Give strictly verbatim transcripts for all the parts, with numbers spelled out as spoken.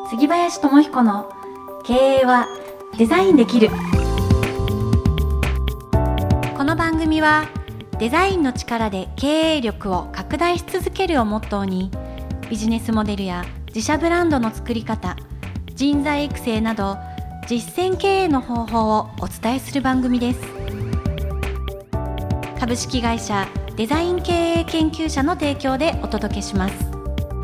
杉林智彦の経営はデザインできる。この番組はデザインの力で経営力を拡大し続けるをモットーに、ビジネスモデルや自社ブランドの作り方、人材育成など実践経営の方法をお伝えする番組です。株式会社デザイン経営研究者の提供でお届けします。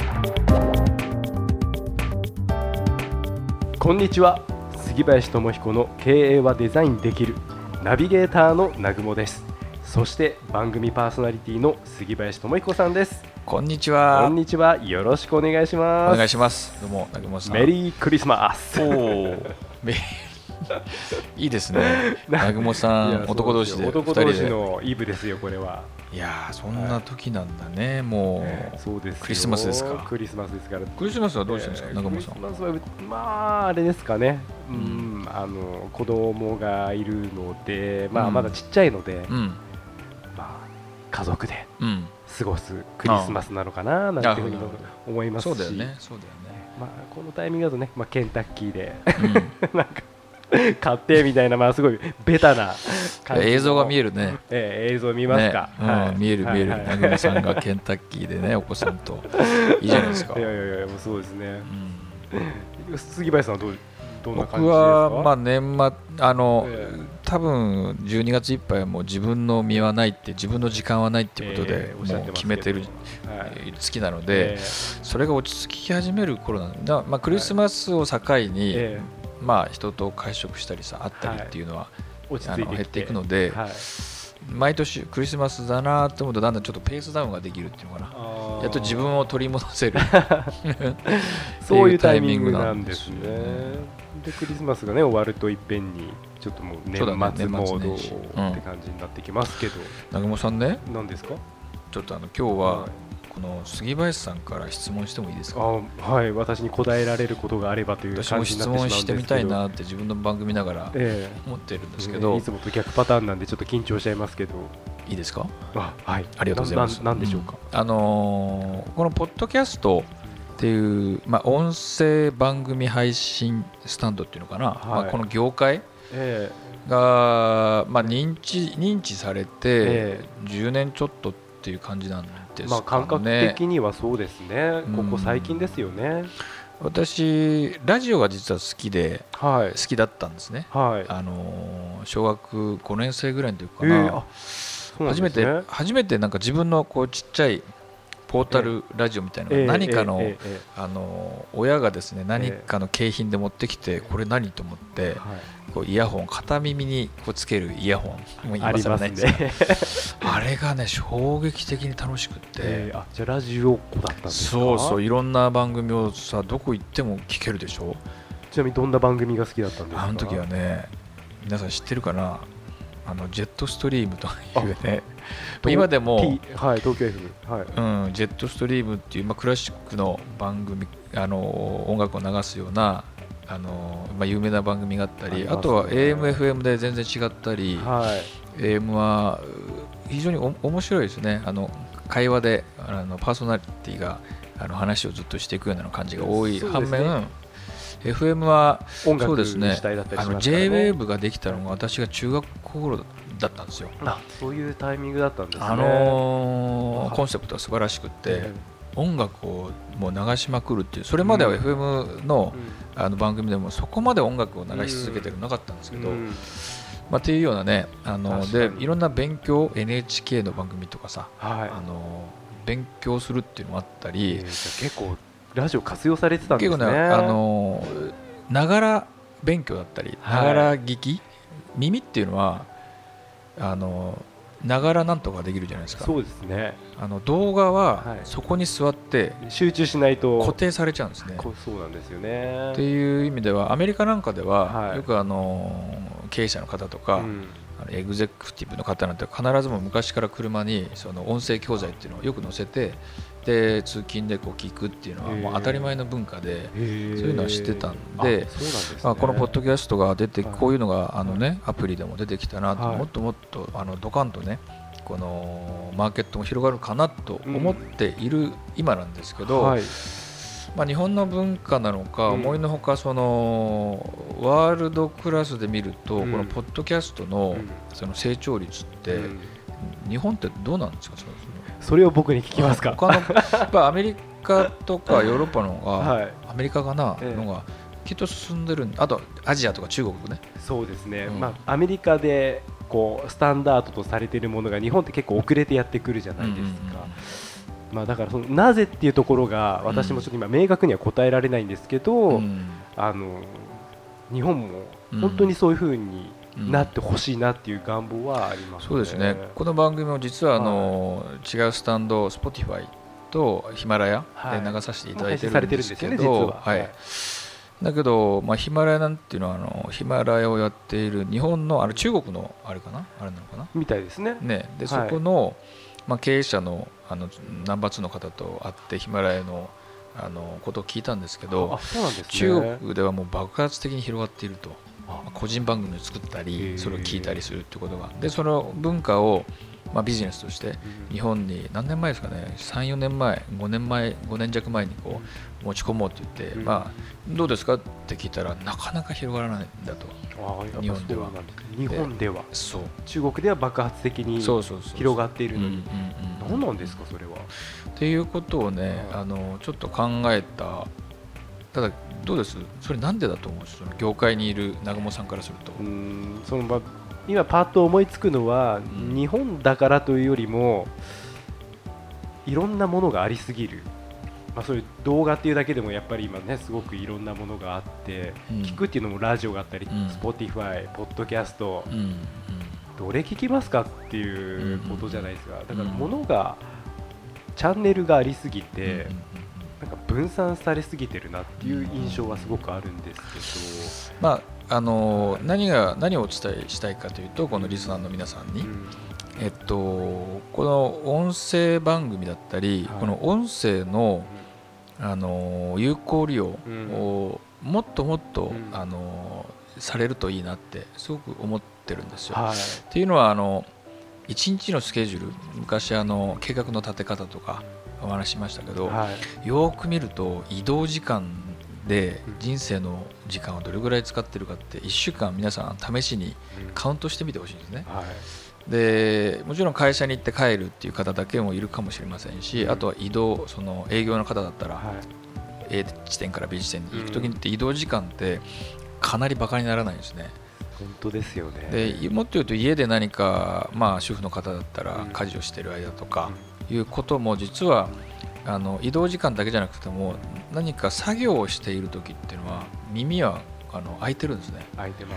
こんにちは。杉林智彦の経営はデザインできるナビゲーターの南雲です。そして番組パーソナリティの杉林智彦さんです。 こんにちは。 こんにちは。よろしくお願いします。 お願いします。どうも南雲さん。 メリークリスマス。 おーメリーいいですね。南雲さん、男同士で男同士のイブですよ、これは。いやー、そんな時なんだね、はい、もう、えー、そうですよ。クリスマスですか。 クリスマスですから。 クリスマスはどうしてるんですか、えー、南雲さん。 クリスマスはまああれですかね、うん、あの子供がいるので、まあ、まだちっちゃいので、うん、まあ、家族で過ごすクリスマスなのかななんていうふうに思いますし、 そうだよね、そうだよね。 まあ、このタイミングだとね、まあ、ケンタッキーで、うん、なんか買ってみたいな、まあ、すごいベタな感じ。 映像が見えるね、 えー、映像見ますか、 ね、はい、うん、見える見える、はいはい、南雲さんがケンタッキーでねお子さんといいじゃないですか。 いやいやいや、もうそうですね、うん、杉林さんはどうどんな感じですか。 僕はまあ年末あの、えー、多分じゅうにがついっぱいはもう自分の身はないって、自分の時間はないっていうことで、えー、もう決めてる、はい、月なので、えー、それが落ち着き始める頃なんだ。まあ、クリスマスを境に、えー、まあ、人と会食したりさ会ったりっていうのは、はい、あの減っていくので、はい、毎年クリスマスだなと思うとだんだんちょっとペースダウンができるっていうのかな、やっと自分を取り戻せるそういうタイミングなんですね。でクリスマスがね終わるといっぺんにちょっともう年末モードって感じになってきますけど、 南雲さんね、 何ですか。 ちょっとあの今日は、はい、この杉林さんから質問してもいいですか。 あ、はい、私に答えられることがあればという感じになってしまうんですけど、 私も質問してみたいなって自分の番組ながら思ってるんですけど、 えーえー、いつもと逆パターンなんでちょっと緊張しちゃいますけど、 いいですか。 あ、はい、 ありがとうございます。 何でしょうか。 うん、あのー、このポッドキャストっていう、まあ、音声番組配信スタンドっていうのかな、はい、まあ、この業界が、まあ、認知、認知されてじゅうねんちょっとっていう感じなんですかね。 まあ、感覚的にはそうですね、ここ最近ですよね。うん、 私ラジオが実は好きで、はい、好きだったんですね、はい、あの小学ごねん生ぐらいの時かな、えーあそうなんですね、初めて初めてなんか自分のこうちっちゃいポータルラジオみたいなのが何かの、あの親がですね何かの景品で持ってきて、これ何と思って、こうイヤホン、片耳にこうつけるイヤホンも今更ないんですが、あれがね衝撃的に楽しくって、 えー、あ、じゃあラジオっ子だったんですか。 そうそう、いろんな番組をさどこ行っても聞けるでしょ。 ちなみにどんな番組が好きだったんですか。 あの時はね、皆さん知ってるかな、あのジェットストリームというね、今でも、 T、はい、東京 エフエム、 はい、うん、ジェットストリームっていう、まあ、クラシックの番組、あの音楽を流すようなあの、まあ、有名な番組があったり、 あ, あとは エーエムエフエム で全然違ったり、はい、エーエム は非常にお面白いですね。あの会話であのパーソナリティがあの話をずっとしていくような感じが多い反面、エフエム はそうですね、あの ジェイウェーブ ができたのが私が中学校頃だったんですよ。 あ、そういうタイミングだったんですね。 あのー、コンセプトは素晴らしくて、音楽をもう流しまくるっていう、それまでは エフエム の、うん、あの番組でもそこまで音楽を流し続けてなかったんですけど、うん、まあ、っていうようなね、あのでいろんな勉強 エヌエイチケー の番組とかさ、はい、あの勉強するっていうのもあったり、えー、結構ラジオ活用されてたんですね。 結構ね、あのながら勉強だったり、ながら聞き、はい、耳っていうのはあのながらなんとかできるじゃないですか。 そうですね。 あの動画はそこに座って集中しないと固定されちゃうんですね。 そうなんですよね。 っていう意味ではアメリカなんかでは、はい、よくあの経営者の方とか、うん、あのエグゼクティブの方なんて必ずも昔から車にその音声教材っていうのをよく載せて、で通勤でこう聞くっていうのはもう当たり前の文化で、そういうのは知ってたんで、まあ、このポッドキャストが出て、こういうのがあの、ね、アプリでも出てきたなと、もっともっとあのドカンとねこのマーケットも広がるかなと思っている今なんですけど、 まあ、日本の文化なのか、うん、思いのほかそのワールドクラスで見ると、うん、このポッドキャスト の, その成長率って、うん、日本ってどうなんですか？そのそれを僕に聞きますか？ 他のやっぱアメリカとかヨーロッパの方が、はい、アメリカかな、ええ、のがきっと進んでる。あとアジアとか中国ね。そうですね、 うん、まあ、アメリカでこうスタンダードとされているものが日本って結構遅れてやってくるじゃないですか、うんうんうん、まあ、だからそのなぜっていうところが私もちょっと今明確には答えられないんですけど、うん、あの日本も本当にそういう風になってほしいなっていう願望はありますね。 そうですね。この番組も実はあの、はい、違うスタンド Spotify とヒマラヤで流させていただいてるんですけど、はい、だけど、まあ、ヒマラヤなんていうのはあのヒマラヤをやっている日本のあれ中国のあれかなあれなのかなみたいですね。 ねで、はい、そこの、まあ、経営者のあのナンバーツーの方と会ってヒマラヤのあのことを聞いたんですけど、 あ、そうなんですね、 中国ではもう爆発的に広がっていると。個人番組を作ったりそれを聞いたりするってことがで、その文化をまあビジネスとして日本に何年前ですかね、さん、よねんまえ、ごねんまえ、ごねん弱前にこう持ち込もうって言って、まあどうですかって聞いたらなかなか広がらないんだと。日本では日本ではそう中国では爆発的に広がっているのに何なんですかそれはっていうことをね、あのちょっと考えた。ただどうですそれなんでだと思う？その業界にいる南雲さんからすると。 うーんその今パッと思いつくのは、うん、日本だからというよりもいろんなものがありすぎる、まあ、そういう動画っていうだけでもやっぱり今ねすごくいろんなものがあって、うん、聞くっていうのもラジオがあったり、うん、Spotify、ポッドキャスト、うんうん、どれ聞きますかっていうことじゃないですか。だからものがチャンネルがありすぎて、うんうん、なんか分散されすぎてるなっていう印象はすごくあるんですけど、 まああのー、何が何をお伝えしたいかというとこのリスナーの皆さんに、うん、えっと、この音声番組だったり、はい、この音声の、うん、あのー、有効利用をもっともっと、うん、あのー、されるといいなってすごく思ってるんですよ。はい、っていうのはあのいちにちのスケジュール、昔あの計画の立て方とかお話ししましたけど、はい、よく見ると移動時間で人生の時間をどれぐらい使ってるかっていっしゅうかん皆さん試しにカウントしてみてほしいんですね。はい、でもちろん会社に行って帰るっていう方だけもいるかもしれませんし、あとは移動、その営業の方だったら A 地点から B 地点に行くときにって移動時間ってかなりバカにならないんですね。 本当ですよね。 でもっと言うと家で何か、まあ、主婦の方だったら家事をしている間とかいうことも実はあの移動時間だけじゃなくても何か作業をしている時っていうのは耳はあの開いてるんですね。 開いてます。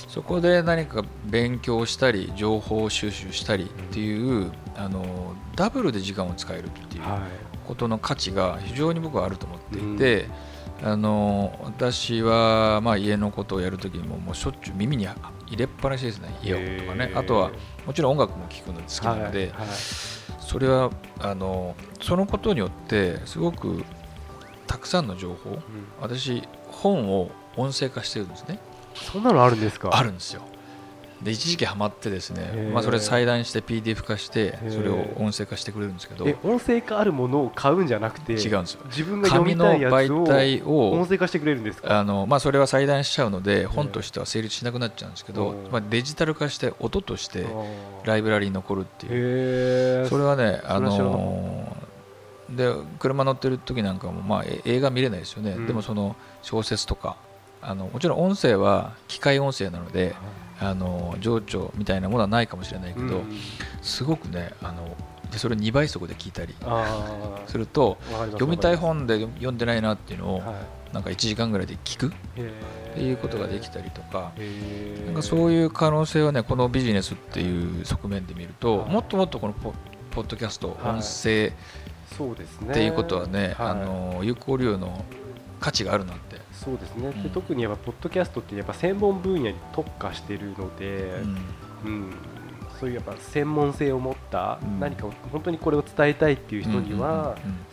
そこで何か勉強したり情報収集したりっていう、うん、あのダブルで時間を使えるっていうことの価値が非常に僕はあると思っていて、うんあの私はまあ家のことをやるときにももうしょっちゅう耳に入れっぱなしですね。イヤホンとかね。あとはもちろん音楽も聴くの好きなので、はいはい、それはあのそのことによってすごくたくさんの情報、うん、私本を音声化してるんですね。 そんなのあるんですか？ あるんですよ。で一時期ハマってですね、まあ、それ裁断して ピーディーエフ 化してそれを音声化してくれるんですけど、 え音声化あるものを買うんじゃなくて違うんですよ。 自分が読みたいやつを音声化してくれるんですか？ あの、まあ、それは裁断しちゃうので本としては成立しなくなっちゃうんですけど、まあ、デジタル化して音としてライブラリに残るっていう。それはねあので車乗ってる時なんかも、まあ、映画見れないですよね、うん、でもその小説とかあのもちろん音声は機械音声なので、あの情緒みたいなものはないかもしれないけど、うん、すごくねあのでそれをにばい速で聞いたりすると読みたい本で読んでないなっていうのを、はい、なんかいちじかんぐらいで聞くっていうことができたりとか、なんかそういう可能性はねこのビジネスっていう側面で見ると、はい、もっともっとこのポッドキャスト、はい、音声っていうことはね、はい、あの有効利用の価値があるなって。 そうですね、うん、で特にやっぱポッドキャストってやっぱ専門分野に特化しているので、うんうん、そういうやっぱ専門性を持った何か本当にこれを伝えたいっていう人には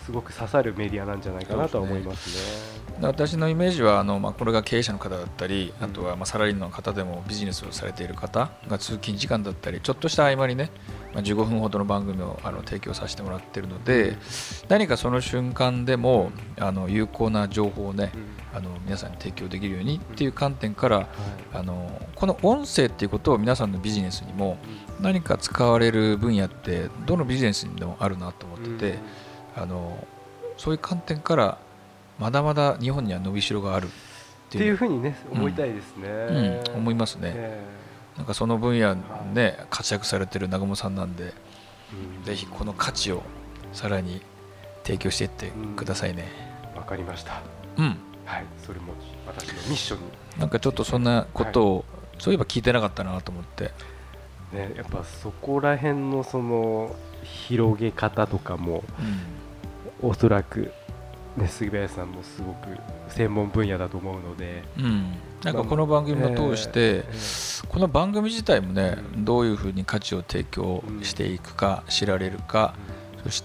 すごく刺さるメディアなんじゃないかなとは思いますね。 私のイメージはあの、まあ、これが経営者の方だったり、あとはまあサラリーマンの方でもビジネスをされている方が通勤時間だったりちょっとした合間にね、まあ、じゅうごふんほどの番組をあの提供させてもらっているので、何かその瞬間でもあの有効な情報をね、あの皆さんに提供できるようにっていう観点から、あのこの音声っていうことを皆さんのビジネスにも何か使われる分野ってどのビジネスにでもあるなと思ってて、あのそういう観点からまだまだ日本には伸びしろがあるっていう、 っていうふうにね思いたいですね。 うんうん、思いますね。えー、なんかその分野ね活躍されてる南雲さんなんで、うん、ぜひこの価値をさらに提供していってくださいね。 わ、うん、かりました。 うん。 はい、それも私のミッションに。 なんかちょっとそんなことを、はい、そういえば聞いてなかったなと思って。 ね、やっぱそこら辺のその広げ方とかも、うん、おそらく。ね、杉林さんもすごく専門分野だと思うので、うん、 なんかこの番組を通して、えーえー、この番組自体もね、うん、どういうふうに価値を提供していくか、うん、知られるか、うん、そして、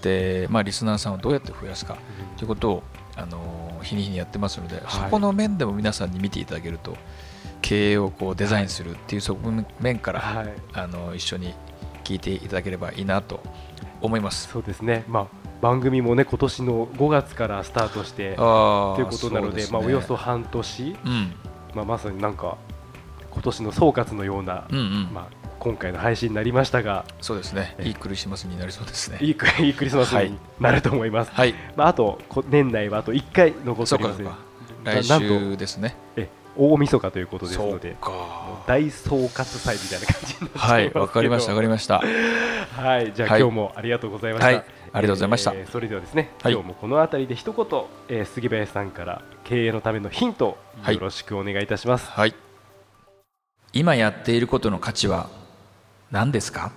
まあ、リスナーさんをどうやって増やすか、うん、ということを、あのー、日に日にやってますので、はい、そこの面でも皆さんに見ていただけると経営をこうデザインするっていう側面から、はい、あのー、一緒に聞いていただければいいなと思います。 そうですね、まあ番組もね今年のごがつからスタートしてということなの で, で、ね、まあ、およそ半年、うん、まあ、まさになんか今年の総括のような、うんうん、まあ、今回の配信になりましたが、 そうですね、いいクリスマスになりそうですね。 いいクリスマスになると思います、はい、まあ、あと年内はあといっかい残っております。 来週ですね。 え大晦日ということですので、大総括祭みたいな感じになってますけど。 はい、わかりましたわかりました。 はい、じゃあ、はい、今日もありがとうございました。はい、 ありがとうございました。 えー、それではですね、はい、今日もこのあたりで一言、えー、杉林さんから経営のためのヒントよろしくお願いいたします。 はい、今やっていることの価値は何ですか？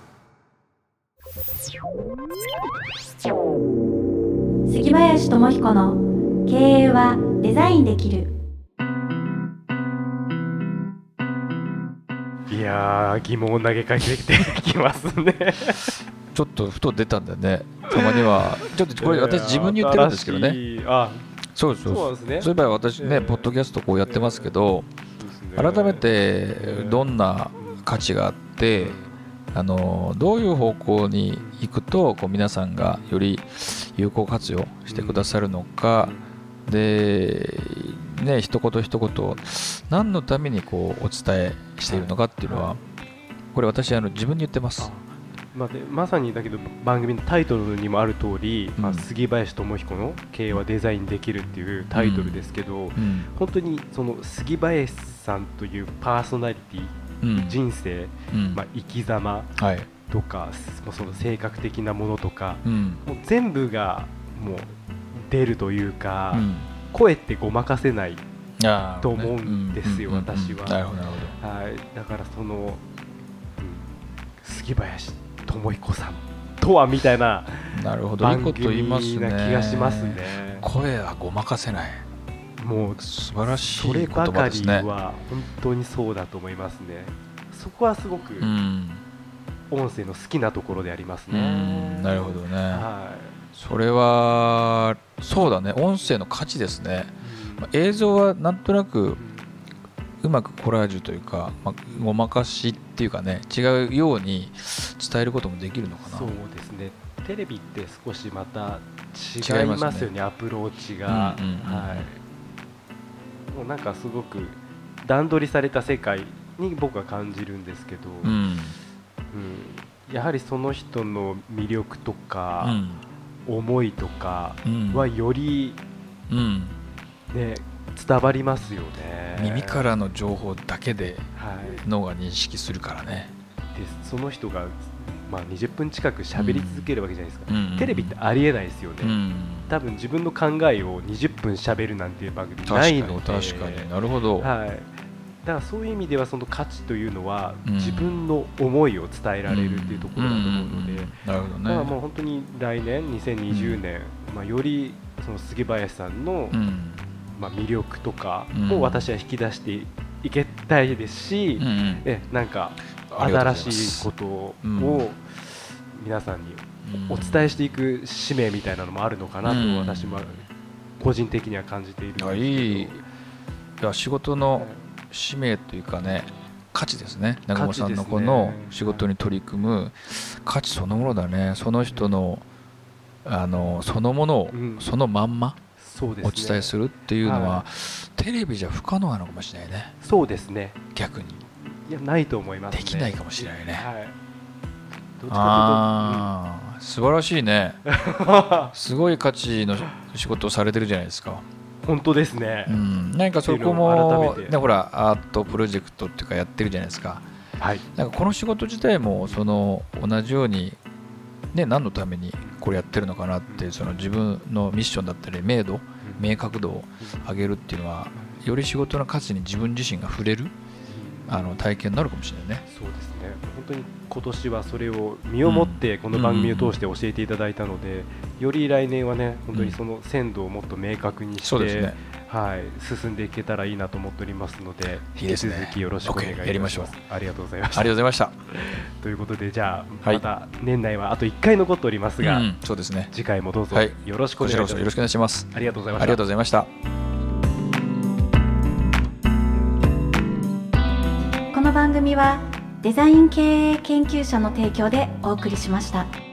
杉林智彦の経営はデザインできる。 いやー、疑問を投げかけてきますね。 ちょっとふと出たんだよね。たまにはちょっとこれ私自分に言ってるんですけどね。あ、そうそうそうですね。そういえば私ね、ポッドキャストこうやってますけど、改めてどんな価値があって、あのどういう方向に行くとこう皆さんがより有効活用してくださるのか、でね、一言一言何のためにこうお伝えしているのかっていうのは、これ私あの自分に言ってます。 まあ、でまさにだけど番組のタイトルにもある通り、うん、まあ、杉林智彦の経営はデザインできるっていうタイトルですけど、うんうん、本当にその杉林さんというパーソナリティ、うん、人生、まあ、生き様とか、はい、その性格的なものとか、もう全部がもう出るというか、声ってごまかせないと思うんですよ、私は。 なるほどなるほど。はい、だからその、うん、杉林智彦さんとはみたいな番組な気がしますね。 声はごまかせない。もう素晴らしい言葉ですね。 そればかりは本当にそうだと思いますね。そこはすごく音声の好きなところでありますね。 うん、なるほどね。はい、それはそうだね、音声の価値ですね。まあ、映像はなんとなくうまくコラージュというか、まあ、ごまかしっていうかね、違うように伝えることもできるのかな。 そうですね、テレビって少しまた違いますよね、アプローチが。もうなんかすごく段取りされた世界に僕は感じるんですけど、うんうん、やはりその人の魅力とか、うん、思いとかはより、うんね、伝わりますよね。 耳からの情報だけで脳が認識するからね。 でその人が、まあ、にじゅっぷん近く喋り続けるわけじゃないですか、うん、テレビってありえないですよね、うん、多分自分の考えをにじゅっぷん喋るなんていう番組ないので。 確かに、確かに、なるほど、 はい、だからそういう意味ではその価値というのは、うん、自分の思いを伝えられるっていうところだと思うので、 なるほどね。 だからもう本当に来年にせんにじゅうねん、うん、まあ、よりその杉林さんの、うん、まあ、魅力とかを私は引き出していけたいですし、うんうん、えなんか新しいことを皆さんにお伝えしていく使命みたいなのもあるのかなと私も個人的には感じているんですけど、 いい、いや仕事の使命というかね、価値ですね。南雲さんのこの仕事に取り組む価値そのものだね。その人のあのそのものをそのまんまお伝えするっていうのはテレビじゃ不可能なのかもしれないね。 そうですね。 逆にいやないと思いますね。 できないかもしれないね。 はい、どっちかというと、 あー、うん、素晴らしいね。すごい価値の仕事をされてるじゃないですか。 本当ですね、 うん、何かそこもね、ほらアートプロジェクトっていうかやってるじゃないですか、 はい、 なんかこの仕事自体もその同じように、ね、何のためにこれやってるのかなって、その自分のミッションだったり明度、明確度を上げるっていうのはより仕事の価値に自分自身が触れるあの体験になるかもしれないね。 そうですね。本当に今年はそれを身をもってこの番組を通して教えていただいたので、より来年はね本当にその鮮度をもっと明確にして、 そうですね、 はい、進んでいけたらいいなと思っておりますので、 いいですね、 引き続きよろしくお願いいたします。 やりましょう。 ありがとうございました。 ありがとうございました。 ということで、じゃあ、 はい、 また年内はあといっかい残っておりますが、 うん、そうですね、 次回もどうぞよろしくお願いします。 よろしくお願いします。 ありがとうございました。 ありがとうございました。 この番組はデザイン経営研究者の提供でお送りしました。